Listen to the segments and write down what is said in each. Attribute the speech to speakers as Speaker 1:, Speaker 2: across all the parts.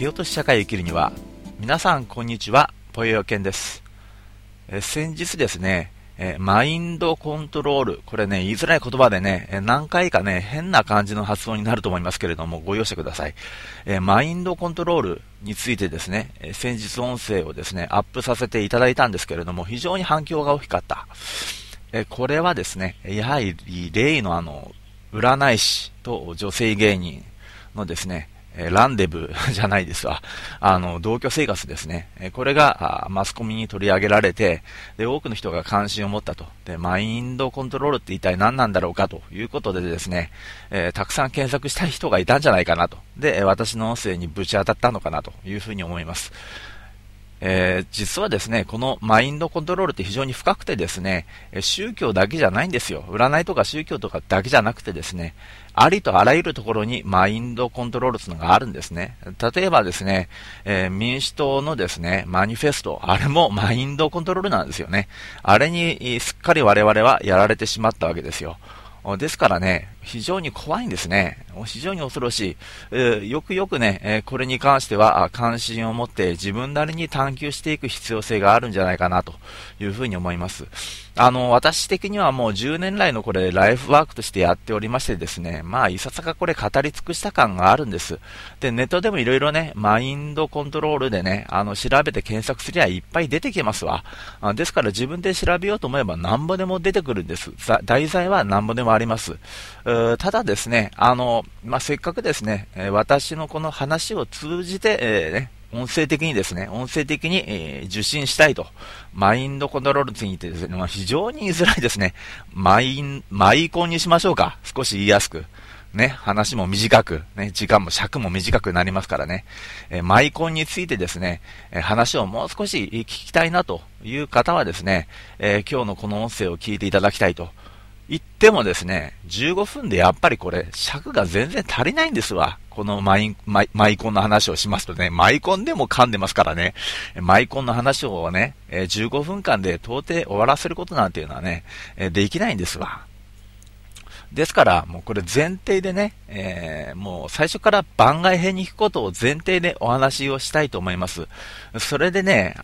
Speaker 1: 蹴落とし社会を生きるには。皆さんこんにちは、ぽよよけんです。先日ですね、マインドコントロール、これね、言いづらい言葉でね、何回かね、変な感じの発音になると思いますけれども、ご容赦ください。マインドコントロールについてですね、先日音声をですね、アップさせていただいたんですけれども、非常に反響が大きかった。これはですね、やはり例の占い師と女性芸人のですね、ランデブーじゃないですわ。同居生活ですね。これがマスコミに取り上げられて、で、多くの人が関心を持ったと。で、マインドコントロールって一体何なんだろうかということでですね、たくさん検索したい人がいたんじゃないかなと。で、私の音声にぶち当たったのかなというふうに思います。実はですね、このマインドコントロールって非常に深くてですね、宗教だけじゃないんですよ。占いとか宗教とかだけじゃなくてですね、ありとあらゆるところにマインドコントロールというのがあるんですね。例えばですね、民主党のですね、マニフェスト、あれもマインドコントロールなんですよね。あれにすっかり我々はやられてしまったわけですよ。ですからね、非常に怖いんですね。非常に恐ろしい。よくよくね、これに関しては関心を持って自分なりに探求していく必要性があるんじゃないかなというふうに思います。私的にはもう10年来のこれライフワークとしてやっておりましてですね、まあいささかこれ語り尽くした感があるんです。で、ネットでもいろいろね、マインドコントロールでね、調べて検索すりゃいっぱい出てきますわ。ですから自分で調べようと思えばなんぼでも出てくるんです。題材はなんぼでもあります。ただですね、せっかくですね、私のこの話を通じて、音声的にですね、受信したいと。マインドコントロールについてですね、非常に言いづらいですね。マイコンにしましょうか。少し言いやすく。ね、話も短く、ね、時間も尺も短くなりますからね。マイコンについてですね、話をもう少し聞きたいなという方はですね、今日のこの音声を聞いていただきたいと。言ってもですね、15分でやっぱりこれ、尺が全然足りないんですわ。このマイコンの話をしますとね、マイコンでも噛んでますからね、マイコンの話をね、15分間で到底終わらせることなんていうのはね、できないんですわ。ですから、もうこれ前提でね、もう最初から番外編に行くことを前提でお話をしたいと思います。それでね、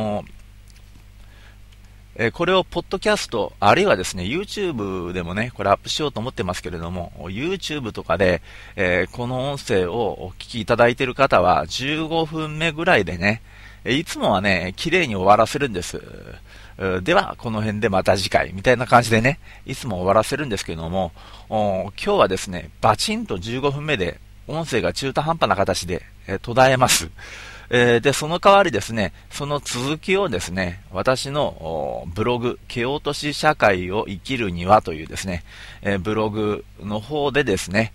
Speaker 1: これをポッドキャスト、あるいはですね、YouTube でもね、これアップしようと思ってますけれども、YouTube とかで、この音声をお聞きいただいている方は、15分目ぐらいでね、いつもはね、綺麗に終わらせるんです。では、この辺でまた次回、みたいな感じでね、いつも終わらせるんですけれども、今日はですね、バチンと15分目で、音声が中途半端な形で、途絶えます。で、その代わりですね、その続きをですね、私のブログ、蹴落とし社会を生きるにはというですね、ブログの方でですね、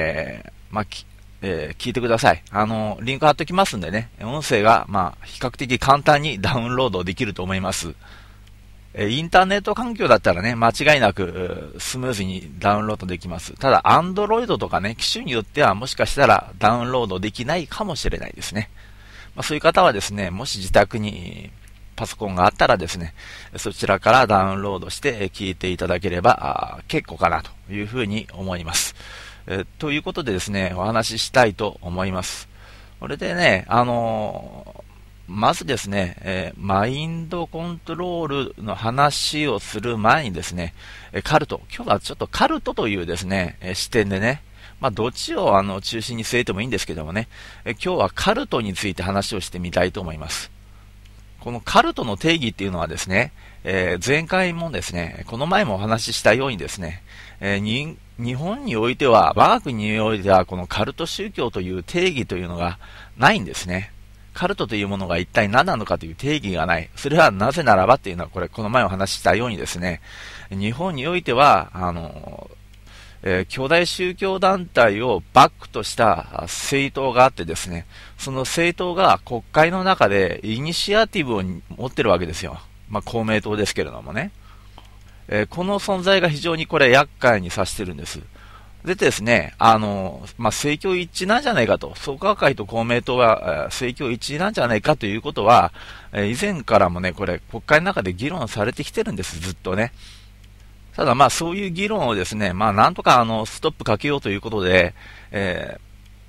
Speaker 1: 聞いてください。リンク貼っておきますんでね、音声が、比較的簡単にダウンロードできると思います。インターネット環境だったらね、間違いなくスムーズにダウンロードできます。ただ、Android とかね、機種によってはもしかしたらダウンロードできないかもしれないですね。そういう方はですね、もし自宅にパソコンがあったらですね、そちらからダウンロードして聞いていただければ結構かなというふうに思います。ということでですね、お話ししたいと思います。これでね、まずですね、マインドコントロールの話をする前にですね、カルト、今日はちょっとカルトというですね、視点でね、どっちを中心に据えてもいいんですけどもね、今日はカルトについて話をしてみたいと思います。このカルトの定義っていうのはですね、前回もですね、この前もお話ししたようにですね、日本においては、我が国においては、このカルト宗教という定義というのがないんですね。カルトというものが一体何なのかという定義がない。それはなぜならばっていうのは、この前お話ししたようにですね、日本においては、巨大宗教団体をバックとした政党があってですね、その政党が国会の中でイニシアティブを持ってるわけですよ。公明党ですけれどもね。この存在が非常にこれ厄介に指してるんです。でですね、政教一致なんじゃないかと、創価会と公明党は政教一致なんじゃないかということは、以前からもね、これ国会の中で議論されてきてるんです、ずっとね。ただそういう議論をですね、なんとかストップかけようということで、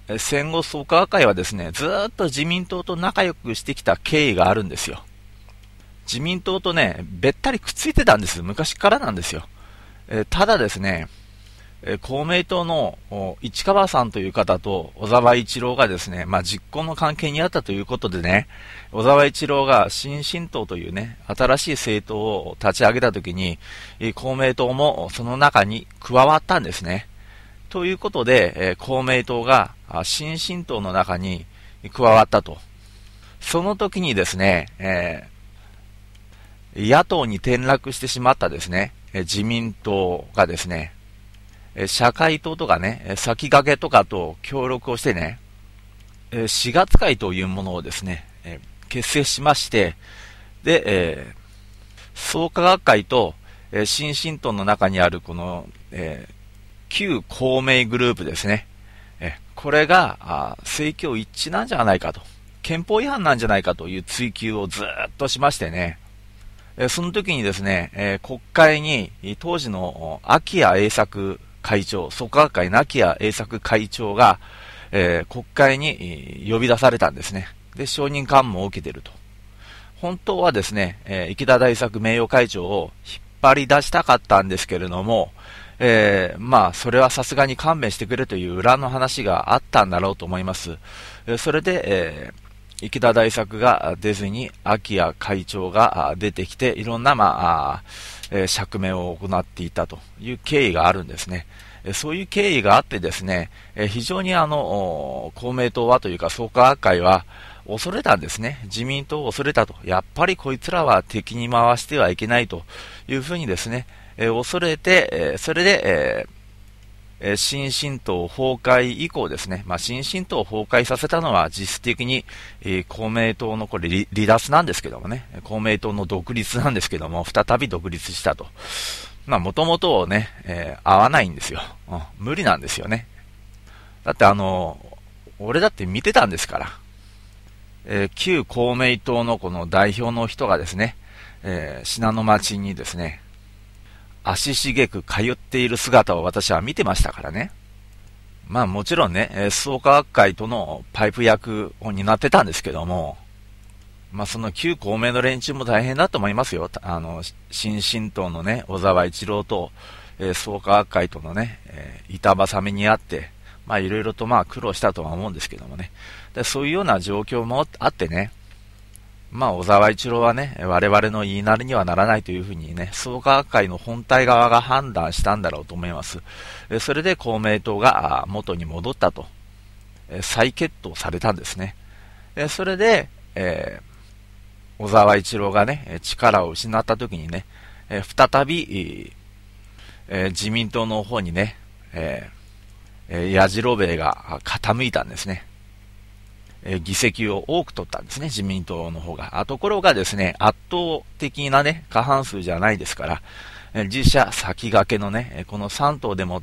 Speaker 1: 戦後創価学会はですね、ずーっと自民党と仲良くしてきた経緯があるんですよ。自民党とね、べったりくっついてたんです。昔からなんですよ。ただですね、公明党の市川さんという方と小沢一郎がですね、実行の関係にあったということでね、小沢一郎が新進党というね、新しい政党を立ち上げたときに、公明党もその中に加わったんですね。ということで、公明党が新進党の中に加わったと。その時にですね、野党に転落してしまったですね、自民党がですね、社会党とかね、先駆けとかと協力をしてね、4月会というものをですね、結成しまして、で、創価学会と、新進党の中にあるこの、旧公明グループですね。これが政教一致なんじゃないかと、憲法違反なんじゃないかという追及をずっとしましてね、その時にですね、国会に当時の秋谷栄作会長、創価学会の秋谷栄作会長が、国会に呼び出されたんですね。で、承認喚問を受けていると。本当はですね、池田大作名誉会長を引っ張り出したかったんですけれども、それはさすがに勘弁してくれという裏の話があったんだろうと思います。それで、池田大作が出ずに、秋谷会長が出てきて、いろんな、釈明を行っていたという経緯があるんですね。そういう経緯があってですね、非常に公明党はというか創価学会は恐れたんですね。自民党を恐れたと。やっぱりこいつらは敵に回してはいけないというふうにですね、恐れて、それで、新進党崩壊以降ですね、新進党を崩壊させたのは実質的に、公明党のこれ離脱なんですけどもね、公明党の独立なんですけども、再び独立したと。もともとね、合わないんですよ、無理なんですよね。だって俺だって見てたんですから、旧公明党のこの代表の人がですね、信濃町にですね、足しげく通っている姿を私は見てましたからね。もちろんね、創価学会とのパイプ役を担ってたんですけども、その旧公明の連中も大変だと思いますよ。新進党のね、小沢一郎と、創価学会とのね、板挟みにあって、いろいろと苦労したとは思うんですけどもね。でそういうような状況もあってね、小沢一郎はね、我々の言いなりにはならないというふうにね、創価学会の本体側が判断したんだろうと思います。それで公明党が元に戻ったと、再結党されたんですね。それで、小沢一郎がね、力を失った時にね、再び、自民党の方にね、矢次郎兵衛が傾いたんですね。議席を多く取ったんですね、自民党の方が。ところがですね、圧倒的なね、過半数じゃないですから、自社先駆けのね、この3党でもって、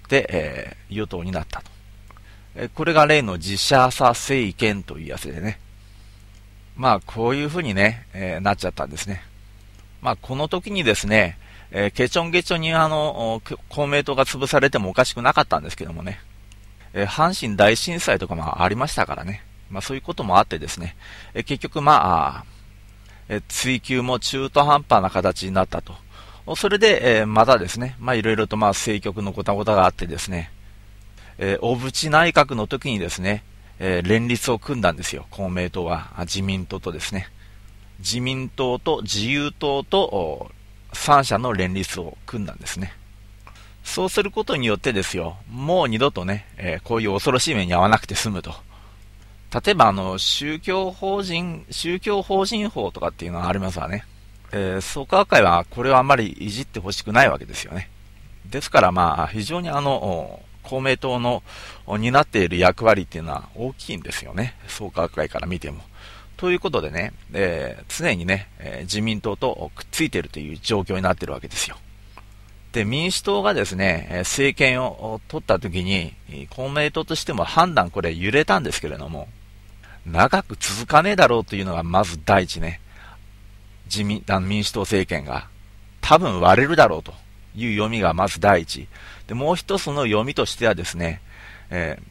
Speaker 1: 与党になったと。これが例の自社差政権というやつでね。こういう風にね、なっちゃったんですね。この時にですね、ケチョンケチョンに公明党が潰されてもおかしくなかったんですけどもね、阪神大震災とかもありましたからね。そういうこともあってですね、結局追及も中途半端な形になったと。それで、またですね、いろいろと政局のごたごたがあってですね、小渕内閣の時にですね、連立を組んだんですよ、公明党は。自民党とですね。自民党と自由党と3社の連立を組んだんですね。そうすることによってですよ、もう二度とね、こういう恐ろしい目に遭わなくて済むと。例えば宗教法人法とかっていうのがありますわね。創価学会はこれをあまりいじってほしくないわけですよね。ですから非常に公明党の担っている役割っていうのは大きいんですよね。創価学会から見ても。ということでね、常にね、自民党とくっついているという状況になっているわけですよ。で、民主党がですね、政権を取った時に、公明党としても判断これ揺れたんですけれども、長く続かねえだろうというのがまず第一ね、民主党政権が多分割れるだろうという読みがまず第一。で、もう一つの読みとしてはですね、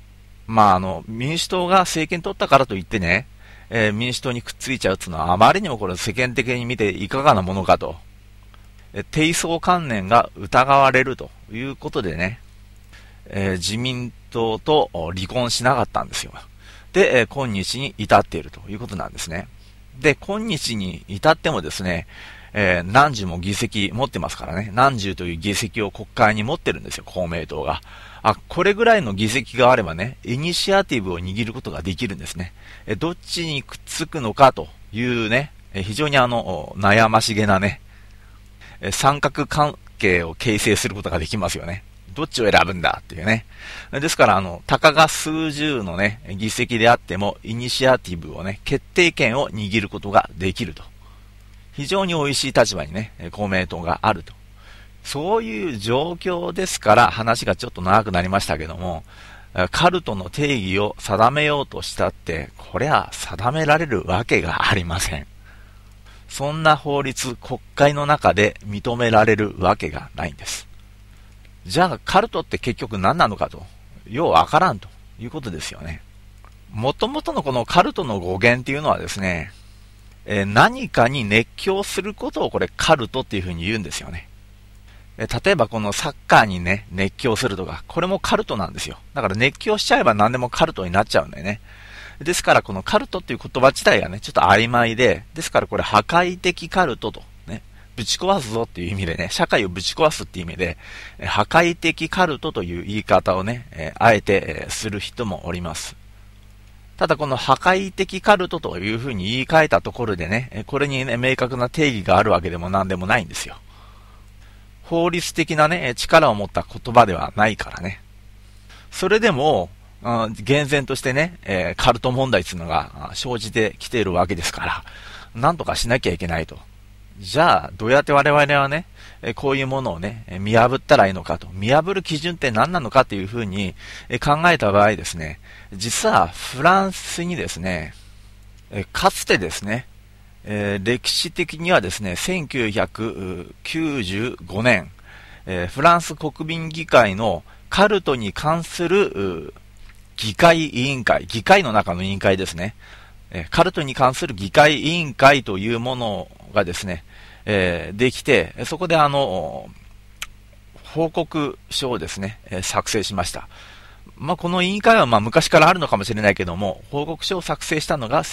Speaker 1: 民主党が政権取ったからといってね、民主党にくっついちゃうっていうのはあまりにもこれ世間的に見ていかがなものかと。低層観念が疑われるということでね、自民党と離婚しなかったんですよ。で、今日に至っているということなんですね。で、今日に至ってもですね、何十も議席持ってますからね、何十という議席を国会に持ってるんですよ、公明党が。これぐらいの議席があればね、イニシアティブを握ることができるんですね。どっちにくっつくのかというね、非常に悩ましげなね、三角関係を形成することができますよね。どっちを選ぶんだっていうね。ですから、たかが数十のね、議席であっても、イニシアティブをね、決定権を握ることができると。非常に美味しい立場にね、公明党があると。そういう状況ですから、話がちょっと長くなりましたけども、カルトの定義を定めようとしたって、これは定められるわけがありません。そんな法律、国会の中で認められるわけがないんです。じゃあ、カルトって結局何なのかと、ようわからんということですよね。もともとのこのカルトの語源っていうのはですね、何かに熱狂することをこれカルトっていうふうに言うんですよね。例えばこのサッカーにね、熱狂するとか、これもカルトなんですよ。だから熱狂しちゃえば何でもカルトになっちゃうんだよね。ですからこのカルトっていう言葉自体がね、ちょっと曖昧で、ですからこれ破壊的カルトとね、ぶち壊すぞっていう意味でね、社会をぶち壊すっていう意味で、破壊的カルトという言い方をね、あえてする人もおります。ただこの破壊的カルトというふうに言い換えたところでね、これにね、明確な定義があるわけでも何でもないんですよ。法律的なね、力を持った言葉ではないからね。それでも、厳然としてね、カルト問題っていうのが生じてきているわけですから、なんとかしなきゃいけないと。じゃあ、どうやって我々はね、こういうものをね、見破ったらいいのかと。見破る基準って何なのかっていうふうに考えた場合ですね、実はフランスにですね、かつてですね、歴史的にはですね、1995年、フランス国民議会のカルトに関する議会委員会、議会の中の委員会ですね、カルトに関する議会委員会というものがですね、できて、そこで報告書をですね、作成しました。この委員会は昔からあるのかもしれないけども、報告書を作成したのが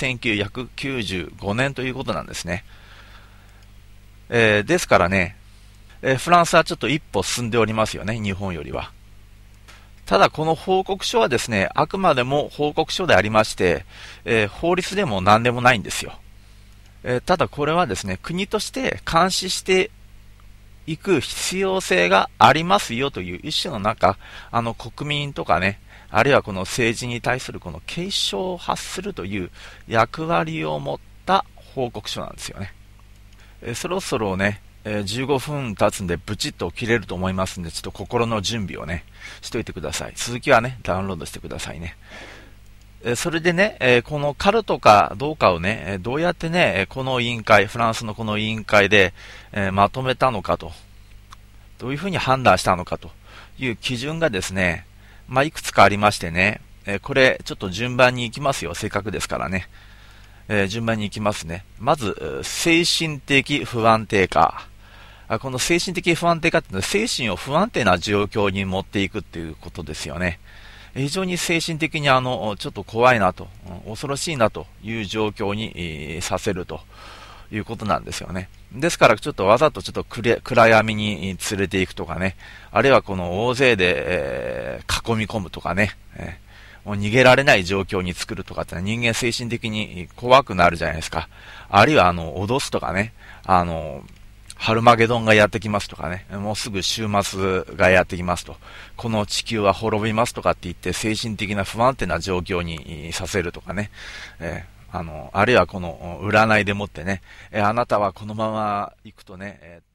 Speaker 1: 1995年ということなんですね。ですからね、フランスはちょっと一歩進んでおりますよね、日本よりは。ただこの報告書はですね、あくまでも報告書でありまして、法律でも何でもないんですよ。ただこれはですね、国として監視していく必要性がありますよという一種の国民とかね、あるいはこの政治に対するこの警鐘を発するという役割を持った報告書なんですよね。そろそろね、15分経つんでブチッと切れると思いますんで、ちょっと心の準備をね、しといてください。続きはね、ダウンロードしてくださいね。それでね、このカルトかどうかをね、どうやってね、この委員会、フランスのこの委員会で、まとめたのかと、どういうふうに判断したのかという基準がですね、いくつかありましてね、これちょっと順番に行きますよ、せっかくですからね。順番に行きますね。まず、精神的不安定化。この精神的不安定化っていうのは精神を不安定な状況に持っていくっていうことですよね。非常に精神的にちょっと怖いなと、恐ろしいなという状況に、させるということなんですよね。ですからちょっとわざとちょっと暗闇に連れていくとかね、あるいはこの大勢で、囲み込むとかね、もう逃げられない状況に作るとかって人間精神的に怖くなるじゃないですか。あるいは脅すとかね、ハルマゲドンがやってきますとかね、もうすぐ終末がやってきますと、この地球は滅びますとかって言って精神的な不安定な状況にさせるとかね、あるいはこの占いでもってね、あなたはこのまま行くとね、